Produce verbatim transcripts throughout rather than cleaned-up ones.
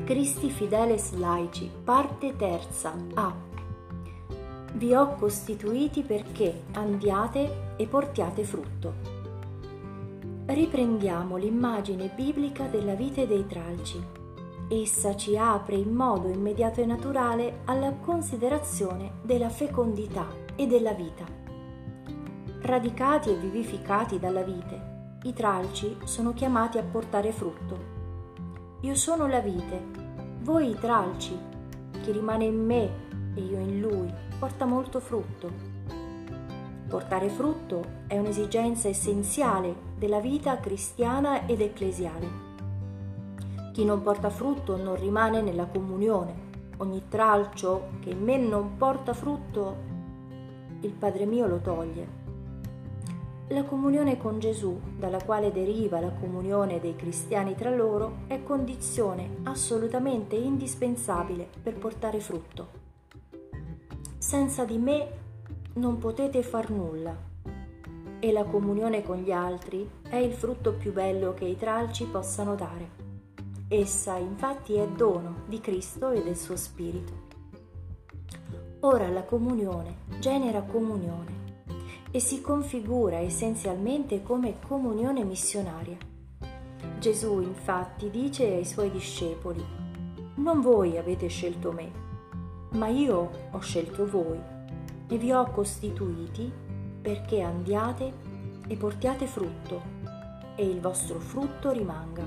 Christi Fideles Laici, parte terza. A. Vi ho costituiti perché andiate e portiate frutto. Riprendiamo l'immagine biblica della vite dei tralci. Essa ci apre in modo immediato e naturale alla considerazione della fecondità e della vita. Radicati e vivificati dalla vite, i tralci sono chiamati a portare frutto. Io sono la vite, voi i tralci. Chi rimane in me e io in lui porta molto frutto. Portare frutto è un'esigenza essenziale della vita cristiana ed ecclesiale. Chi non porta frutto non rimane nella comunione. Ogni tralcio che in me non porta frutto, il Padre mio lo toglie. La comunione con Gesù, dalla quale deriva la comunione dei cristiani tra loro, è condizione assolutamente indispensabile per portare frutto. Senza di me non potete far nulla, e la comunione con gli altri è il frutto più bello che i tralci possano dare. Essa, infatti, è dono di Cristo e del suo Spirito. Ora la comunione genera comunione e si configura essenzialmente come comunione missionaria. Gesù infatti dice ai suoi discepoli: non voi avete scelto me, ma io ho scelto voi e vi ho costituiti perché andiate e portiate frutto e il vostro frutto rimanga.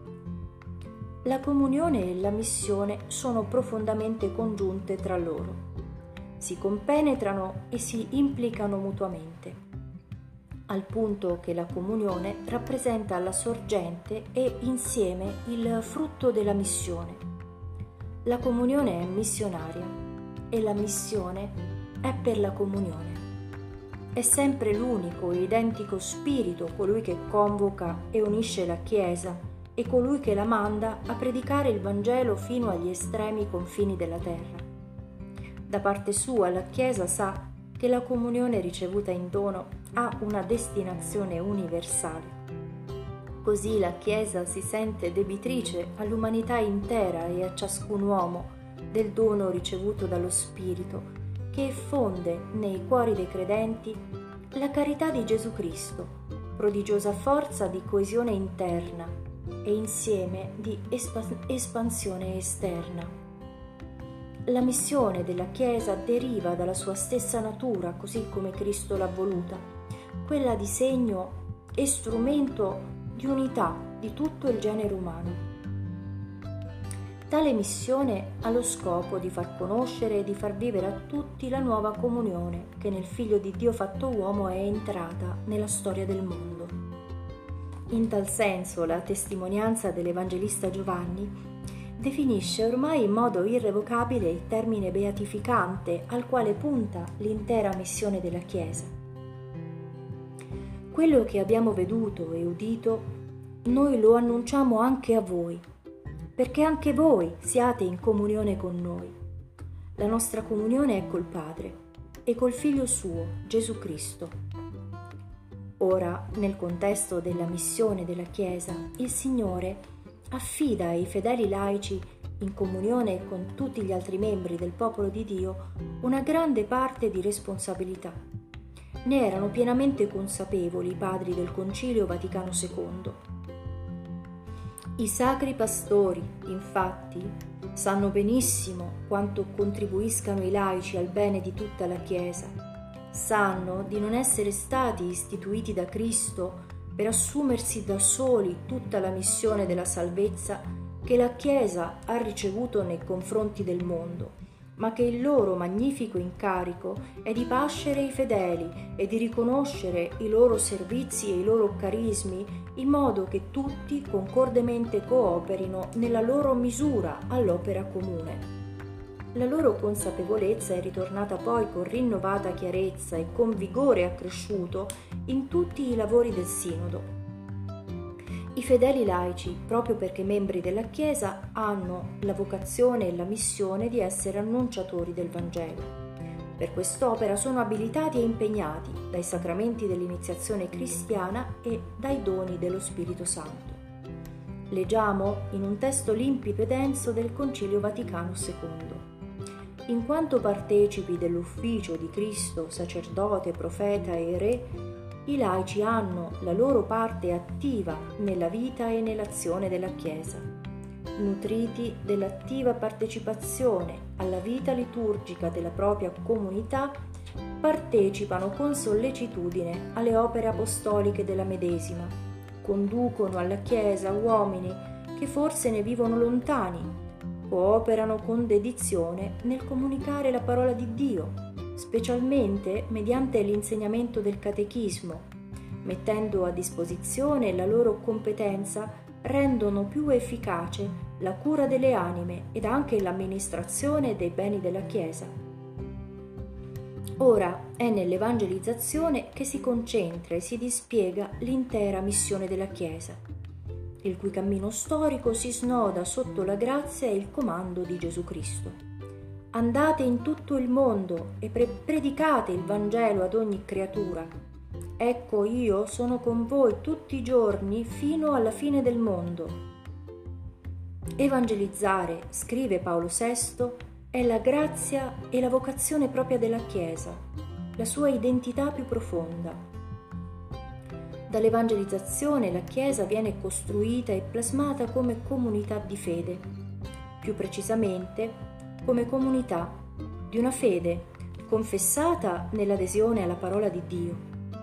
La comunione e la missione sono profondamente congiunte tra loro. Si compenetrano e si implicano mutuamente, al punto che la comunione rappresenta la sorgente e insieme il frutto della missione. La comunione è missionaria e la missione è per la comunione. È sempre l'unico e identico Spirito colui che convoca e unisce la Chiesa e colui che la manda a predicare il Vangelo fino agli estremi confini della terra. Da parte sua la Chiesa sa che la comunione ricevuta in dono ha una destinazione universale. Così la Chiesa si sente debitrice all'umanità intera e a ciascun uomo del dono ricevuto dallo Spirito, che fonde nei cuori dei credenti la carità di Gesù Cristo, prodigiosa forza di coesione interna e insieme di espan- espansione esterna. La missione della Chiesa deriva dalla sua stessa natura, così come Cristo l'ha voluta, quella di segno e strumento di unità di tutto il genere umano. Tale missione ha lo scopo di far conoscere e di far vivere a tutti la nuova comunione che nel Figlio di Dio fatto uomo è entrata nella storia del mondo. In tal senso la testimonianza dell'Evangelista Giovanni definisce ormai in modo irrevocabile il termine beatificante al quale punta l'intera missione della Chiesa. Quello che abbiamo veduto e udito, noi lo annunciamo anche a voi, perché anche voi siate in comunione con noi. La nostra comunione è col Padre e col Figlio suo, Gesù Cristo. Ora, nel contesto della missione della Chiesa, il Signore affida ai fedeli laici, in comunione con tutti gli altri membri del popolo di Dio, una grande parte di responsabilità. Ne erano pienamente consapevoli i padri del Concilio Vaticano secondo. I sacri pastori, infatti, sanno benissimo quanto contribuiscano i laici al bene di tutta la Chiesa. Sanno di non essere stati istituiti da Cristo per assumersi da soli tutta la missione della salvezza che la Chiesa ha ricevuto nei confronti del mondo, ma che il loro magnifico incarico è di pascere i fedeli e di riconoscere i loro servizi e i loro carismi in modo che tutti concordemente cooperino nella loro misura all'opera comune. La loro consapevolezza è ritornata poi con rinnovata chiarezza e con vigore accresciuto in tutti i lavori del Sinodo. I fedeli laici, proprio perché membri della Chiesa, hanno la vocazione e la missione di essere annunciatori del Vangelo. Per quest'opera sono abilitati e impegnati dai sacramenti dell'iniziazione cristiana e dai doni dello Spirito Santo. Leggiamo in un testo limpido e denso del Concilio Vaticano secondo. In quanto partecipi dell'ufficio di Cristo, sacerdote, profeta e re, i laici hanno la loro parte attiva nella vita e nell'azione della Chiesa. Nutriti dell'attiva partecipazione alla vita liturgica della propria comunità, partecipano con sollecitudine alle opere apostoliche della medesima, conducono alla Chiesa uomini che forse ne vivono lontani, cooperano con dedizione nel comunicare la parola di Dio, specialmente mediante l'insegnamento del catechismo, mettendo a disposizione la loro competenza, rendono più efficace la cura delle anime ed anche l'amministrazione dei beni della Chiesa. Ora è nell'evangelizzazione che si concentra e si dispiega l'intera missione della Chiesa, il cui cammino storico si snoda sotto la grazia e il comando di Gesù Cristo. Andate in tutto il mondo e pre- predicate il Vangelo ad ogni creatura. Ecco, io sono con voi tutti i giorni fino alla fine del mondo. Evangelizzare, scrive Paolo sesto, è la grazia e la vocazione propria della Chiesa, la sua identità più profonda. Dall'evangelizzazione la Chiesa viene costruita e plasmata come comunità di fede, più precisamente come comunità di una fede confessata nell'adesione alla parola di Dio,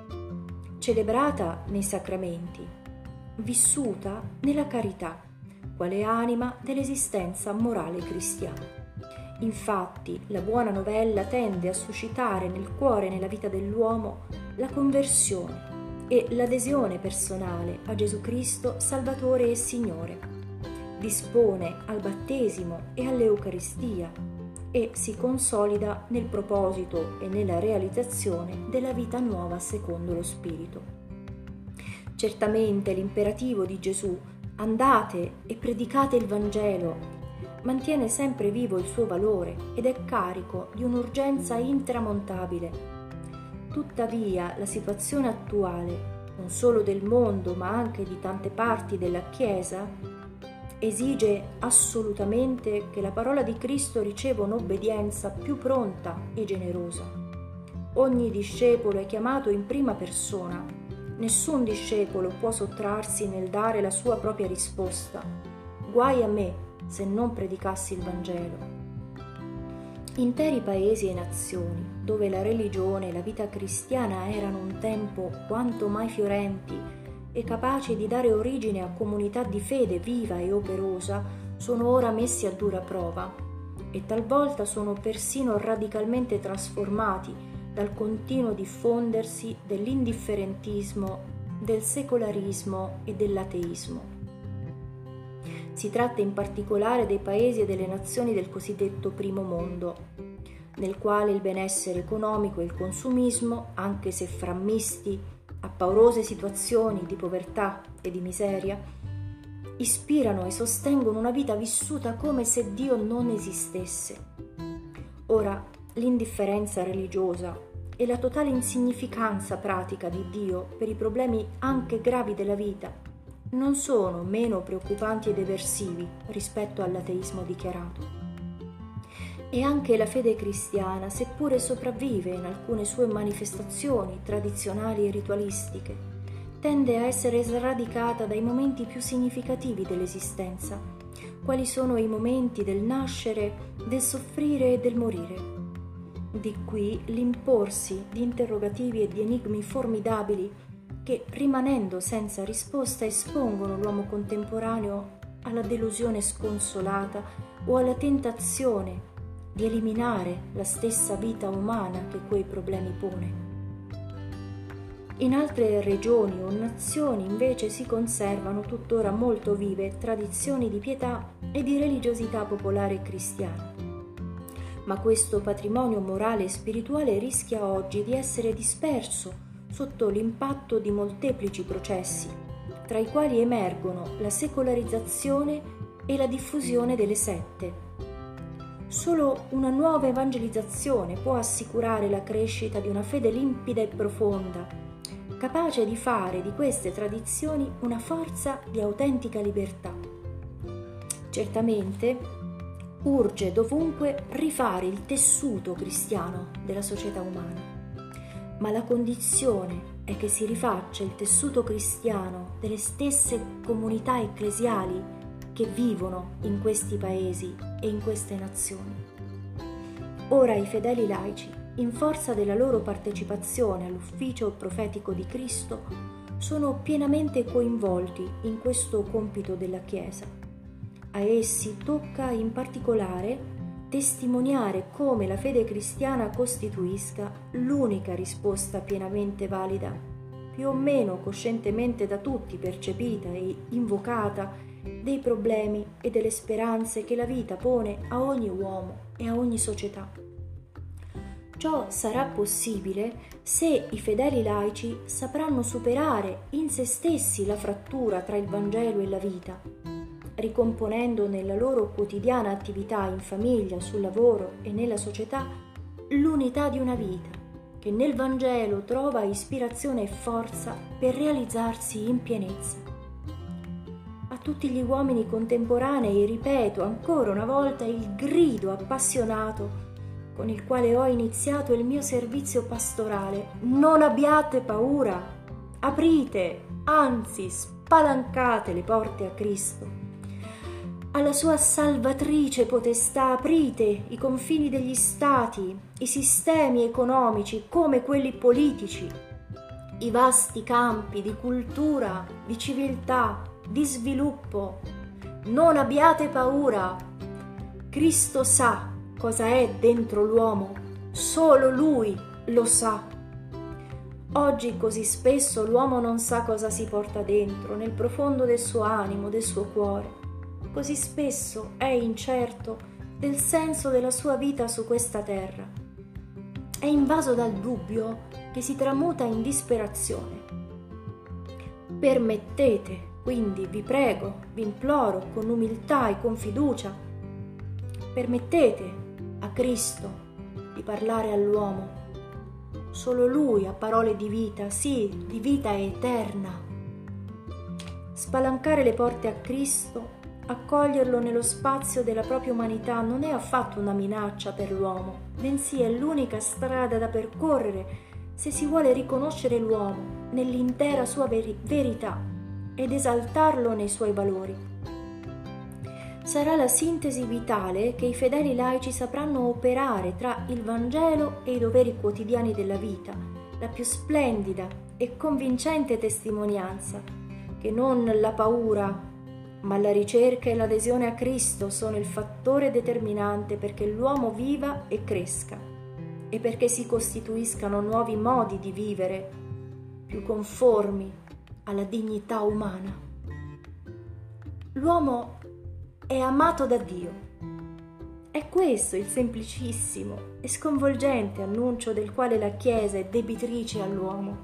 celebrata nei sacramenti, vissuta nella carità, quale anima dell'esistenza morale cristiana. Infatti, la buona novella tende a suscitare nel cuore e nella vita dell'uomo la conversione e l'adesione personale a Gesù Cristo Salvatore e Signore. Dispone al battesimo e all'Eucaristia e si consolida nel proposito e nella realizzazione della vita nuova secondo lo Spirito. Certamente l'imperativo di Gesù, andate e predicate il Vangelo, mantiene sempre vivo il suo valore ed è carico di un'urgenza intramontabile. Tuttavia, la situazione attuale, non solo del mondo ma anche di tante parti della Chiesa, esige assolutamente che la parola di Cristo riceva un'obbedienza più pronta e generosa. Ogni discepolo è chiamato in prima persona. Nessun discepolo può sottrarsi nel dare la sua propria risposta. Guai a me se non predicassi il Vangelo. Interi paesi e nazioni, dove la religione e la vita cristiana erano un tempo quanto mai fiorenti e capaci di dare origine a comunità di fede viva e operosa, sono ora messi a dura prova e talvolta sono persino radicalmente trasformati dal continuo diffondersi dell'indifferentismo, del secolarismo e dell'ateismo. Si tratta in particolare dei paesi e delle nazioni del cosiddetto primo mondo, nel quale il benessere economico e il consumismo, anche se frammisti a paurose situazioni di povertà e di miseria, ispirano e sostengono una vita vissuta come se Dio non esistesse. Ora, l'indifferenza religiosa e la totale insignificanza pratica di Dio per i problemi anche gravi della vita non sono meno preoccupanti ed eversivi rispetto all'ateismo dichiarato. E anche la fede cristiana, seppure sopravvive in alcune sue manifestazioni tradizionali e ritualistiche, tende a essere sradicata dai momenti più significativi dell'esistenza, quali sono i momenti del nascere, del soffrire e del morire. Di qui l'imporsi di interrogativi e di enigmi formidabili che, rimanendo senza risposta, espongono l'uomo contemporaneo alla delusione sconsolata o alla tentazione di eliminare la stessa vita umana che quei problemi pone. In altre regioni o nazioni invece si conservano tuttora molto vive tradizioni di pietà e di religiosità popolare cristiana. Ma questo patrimonio morale e spirituale rischia oggi di essere disperso sotto l'impatto di molteplici processi, tra i quali emergono la secolarizzazione e la diffusione delle sette. Solo una nuova evangelizzazione può assicurare la crescita di una fede limpida e profonda, capace di fare di queste tradizioni una forza di autentica libertà. Certamente urge dovunque rifare il tessuto cristiano della società umana, ma la condizione è che si rifaccia il tessuto cristiano delle stesse comunità ecclesiali che vivono in questi paesi e in queste nazioni. Ora i fedeli laici, in forza della loro partecipazione all'ufficio profetico di Cristo, sono pienamente coinvolti in questo compito della Chiesa. A essi tocca in particolare testimoniare come la fede cristiana costituisca l'unica risposta pienamente valida, più o meno coscientemente da tutti percepita e invocata, dei problemi e delle speranze che la vita pone a ogni uomo e a ogni società. Ciò sarà possibile se i fedeli laici sapranno superare in se stessi la frattura tra il Vangelo e la vita, ricomponendo nella loro quotidiana attività in famiglia, sul lavoro e nella società l'unità di una vita che nel Vangelo trova ispirazione e forza per realizzarsi in pienezza. A tutti gli uomini contemporanei ripeto ancora una volta il grido appassionato con il quale ho iniziato il mio servizio pastorale: non abbiate paura, aprite, anzi spalancate le porte a Cristo. Alla sua salvatrice potestà aprite i confini degli stati, i sistemi economici come quelli politici, i vasti campi di cultura, di civiltà, di sviluppo. Non abbiate paura. Cristo sa cosa è dentro l'uomo, solo Lui lo sa. Oggi così spesso l'uomo non sa cosa si porta dentro, nel profondo del suo animo, del suo cuore. Così spesso è incerto del senso della sua vita su questa terra. È invaso dal dubbio che si tramuta in disperazione. Permettete, quindi vi prego, vi imploro con umiltà e con fiducia, permettete a Cristo di parlare all'uomo. Solo Lui ha parole di vita, sì, di vita eterna. Spalancare le porte a Cristo, accoglierlo nello spazio della propria umanità non è affatto una minaccia per l'uomo, bensì è l'unica strada da percorrere se si vuole riconoscere l'uomo nell'intera sua veri- verità ed esaltarlo nei suoi valori. Sarà la sintesi vitale che i fedeli laici sapranno operare tra il Vangelo e i doveri quotidiani della vita, la più splendida e convincente testimonianza che non la paura, ma la ricerca e l'adesione a Cristo sono il fattore determinante perché l'uomo viva e cresca e perché si costituiscano nuovi modi di vivere più conformi alla dignità umana. L'uomo è amato da Dio. È questo il semplicissimo e sconvolgente annuncio del quale la Chiesa è debitrice all'uomo.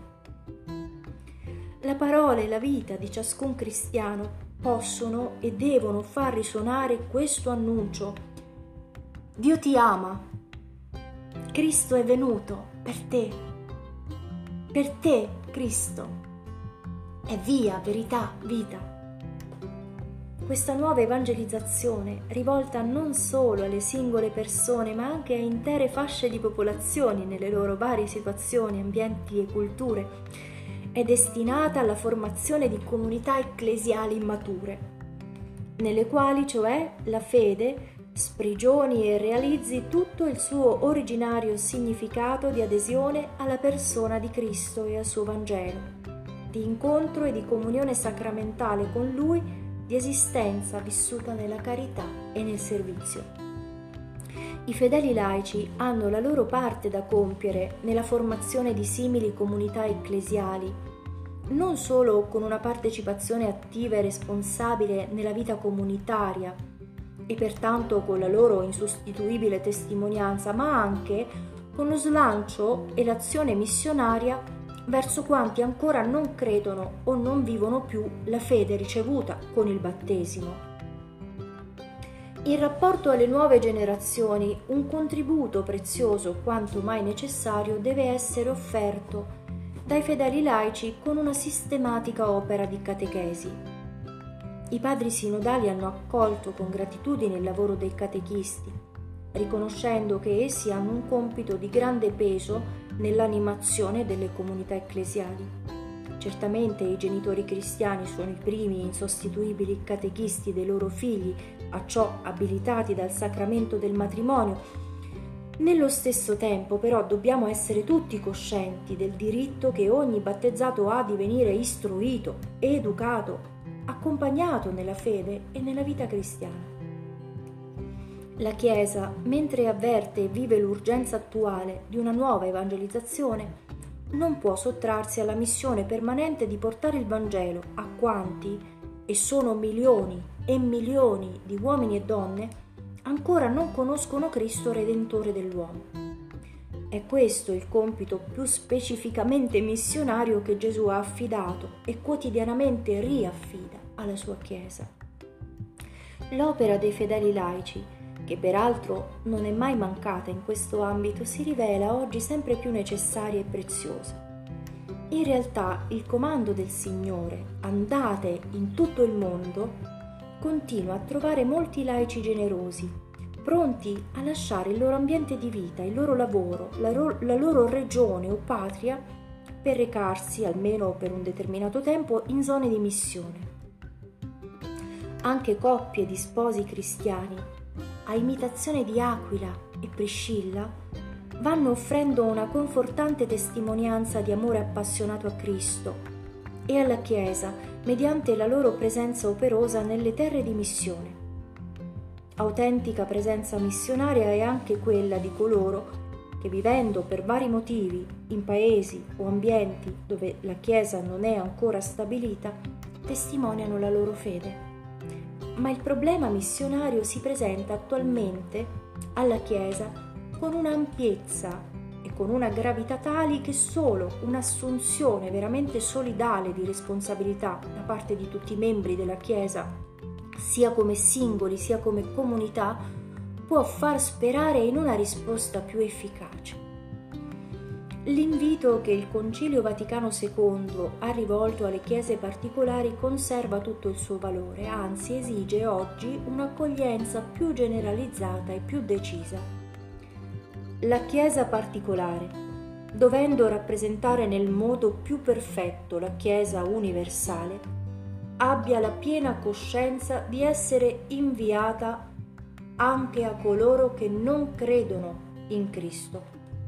La parola e la vita di ciascun cristiano possono e devono far risuonare questo annuncio: Dio ti ama, Cristo è venuto per te, per te Cristo è via, verità, vita. Questa nuova evangelizzazione, rivolta non solo alle singole persone ma anche a intere fasce di popolazioni nelle loro varie situazioni, ambienti e culture, è destinata alla formazione di comunità ecclesiali mature, nelle quali cioè la fede sprigioni e realizzi tutto il suo originario significato di adesione alla persona di Cristo e al suo Vangelo, di incontro e di comunione sacramentale con Lui, di esistenza vissuta nella carità e nel servizio. I fedeli laici hanno la loro parte da compiere nella formazione di simili comunità ecclesiali, non solo con una partecipazione attiva e responsabile nella vita comunitaria e pertanto con la loro insostituibile testimonianza, ma anche con lo slancio e l'azione missionaria verso quanti ancora non credono o non vivono più la fede ricevuta con il battesimo. In rapporto alle nuove generazioni, un contributo prezioso quanto mai necessario deve essere offerto dai fedeli laici con una sistematica opera di catechesi. I padri sinodali hanno accolto con gratitudine il lavoro dei catechisti, riconoscendo che essi hanno un compito di grande peso nell'animazione delle comunità ecclesiali. Certamente i genitori cristiani sono i primi e insostituibili catechisti dei loro figli, a ciò abilitati dal sacramento del matrimonio. Nello stesso tempo, però, dobbiamo essere tutti coscienti del diritto che ogni battezzato ha di venire istruito, educato, accompagnato nella fede e nella vita cristiana. La Chiesa, mentre avverte e vive l'urgenza attuale di una nuova evangelizzazione, non può sottrarsi alla missione permanente di portare il Vangelo a quanti, e sono milioni e milioni di uomini e donne, ancora non conoscono Cristo Redentore dell'uomo. È questo il compito più specificamente missionario che Gesù ha affidato e quotidianamente riaffida alla sua Chiesa. L'opera dei fedeli laici, che peraltro non è mai mancata in questo ambito, si rivela oggi sempre più necessaria e preziosa. In realtà il comando del Signore, andate in tutto il mondo, continua a trovare molti laici generosi, pronti a lasciare il loro ambiente di vita, il loro lavoro, la, ro- la loro regione o patria per recarsi, almeno per un determinato tempo, in zone di missione. Anche coppie di sposi cristiani, a imitazione di Aquila e Priscilla, vanno offrendo una confortante testimonianza di amore appassionato a Cristo e alla Chiesa mediante la loro presenza operosa nelle terre di missione. Autentica presenza missionaria è anche quella di coloro che, vivendo per vari motivi in paesi o ambienti dove la Chiesa non è ancora stabilita, testimoniano la loro fede. Ma il problema missionario si presenta attualmente alla Chiesa con un'ampiezza e con una gravità tali che solo un'assunzione veramente solidale di responsabilità da parte di tutti i membri della Chiesa, sia come singoli sia come comunità, può far sperare in una risposta più efficace. L'invito che il Concilio Vaticano secondo ha rivolto alle chiese particolari conserva tutto il suo valore, anzi esige oggi un'accoglienza più generalizzata e più decisa. La Chiesa particolare, dovendo rappresentare nel modo più perfetto la Chiesa universale, abbia la piena coscienza di essere inviata anche a coloro che non credono in Cristo.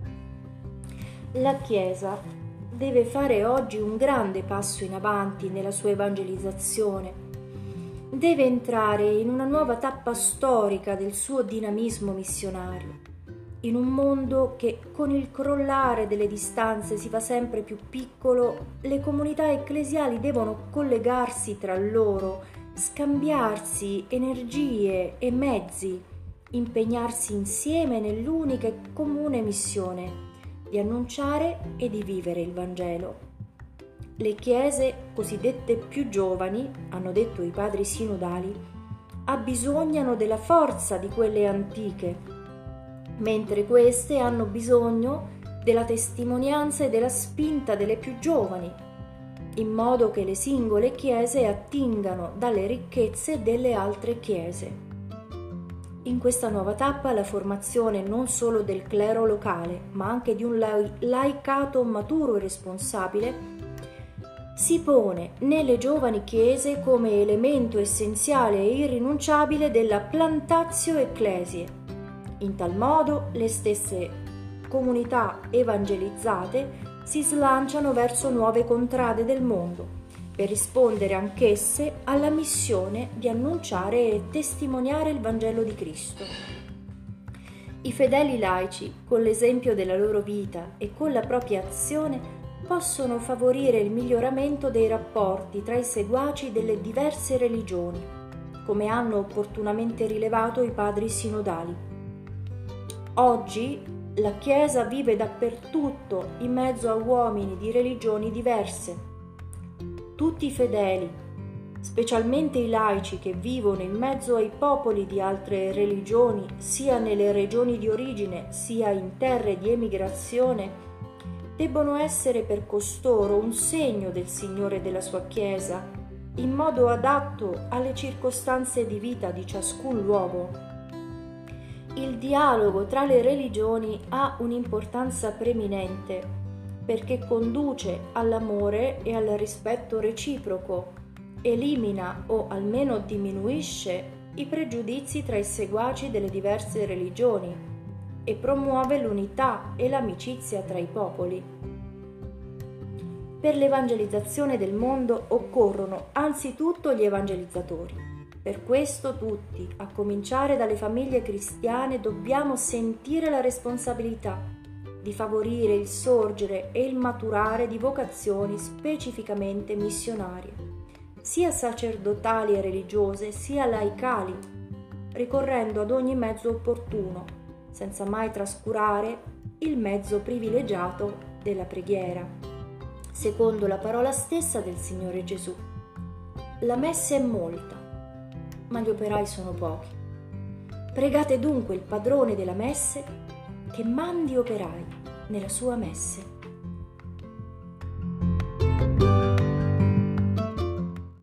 La Chiesa deve fare oggi un grande passo in avanti nella sua evangelizzazione. Deve entrare in una nuova tappa storica del suo dinamismo missionario, in un mondo che con il crollare delle distanze si fa sempre più piccolo. Le comunità ecclesiali devono collegarsi tra loro, scambiarsi energie e mezzi, impegnarsi insieme nell'unica e comune missione di annunciare e di vivere il Vangelo. Le chiese cosiddette più giovani, hanno detto i padri sinodali, abbisognano della forza di quelle antiche, mentre queste hanno bisogno della testimonianza e della spinta delle più giovani, in modo che le singole chiese attingano dalle ricchezze delle altre chiese. In questa nuova tappa la formazione non solo del clero locale, ma anche di un laicato maturo e responsabile, si pone nelle giovani chiese come elemento essenziale e irrinunciabile della plantatio ecclesiae. In tal modo le stesse comunità evangelizzate si slanciano verso nuove contrade del mondo, per rispondere anch'esse alla missione di annunciare e testimoniare il Vangelo di Cristo. I fedeli laici, con l'esempio della loro vita e con la propria azione, possono favorire il miglioramento dei rapporti tra i seguaci delle diverse religioni, come hanno opportunamente rilevato i padri sinodali. Oggi la Chiesa vive dappertutto in mezzo a uomini di religioni diverse. Tutti i fedeli, specialmente i laici che vivono in mezzo ai popoli di altre religioni, sia nelle regioni di origine sia in terre di emigrazione, debbono essere per costoro un segno del Signore e della sua Chiesa, in modo adatto alle circostanze di vita di ciascun luogo. Il dialogo tra le religioni ha un'importanza preminente perché conduce all'amore e al rispetto reciproco, elimina o almeno diminuisce i pregiudizi tra i seguaci delle diverse religioni e promuove l'unità e l'amicizia tra i popoli. Per l'evangelizzazione del mondo occorrono anzitutto gli evangelizzatori. Per questo tutti, a cominciare dalle famiglie cristiane, dobbiamo sentire la responsabilità di favorire il sorgere e il maturare di vocazioni specificamente missionarie, sia sacerdotali e religiose, sia laicali, ricorrendo ad ogni mezzo opportuno, senza mai trascurare il mezzo privilegiato della preghiera, secondo la parola stessa del Signore Gesù. La messe è molta, ma gli operai sono pochi. Pregate dunque il padrone della messe che mandi operai nella sua messe.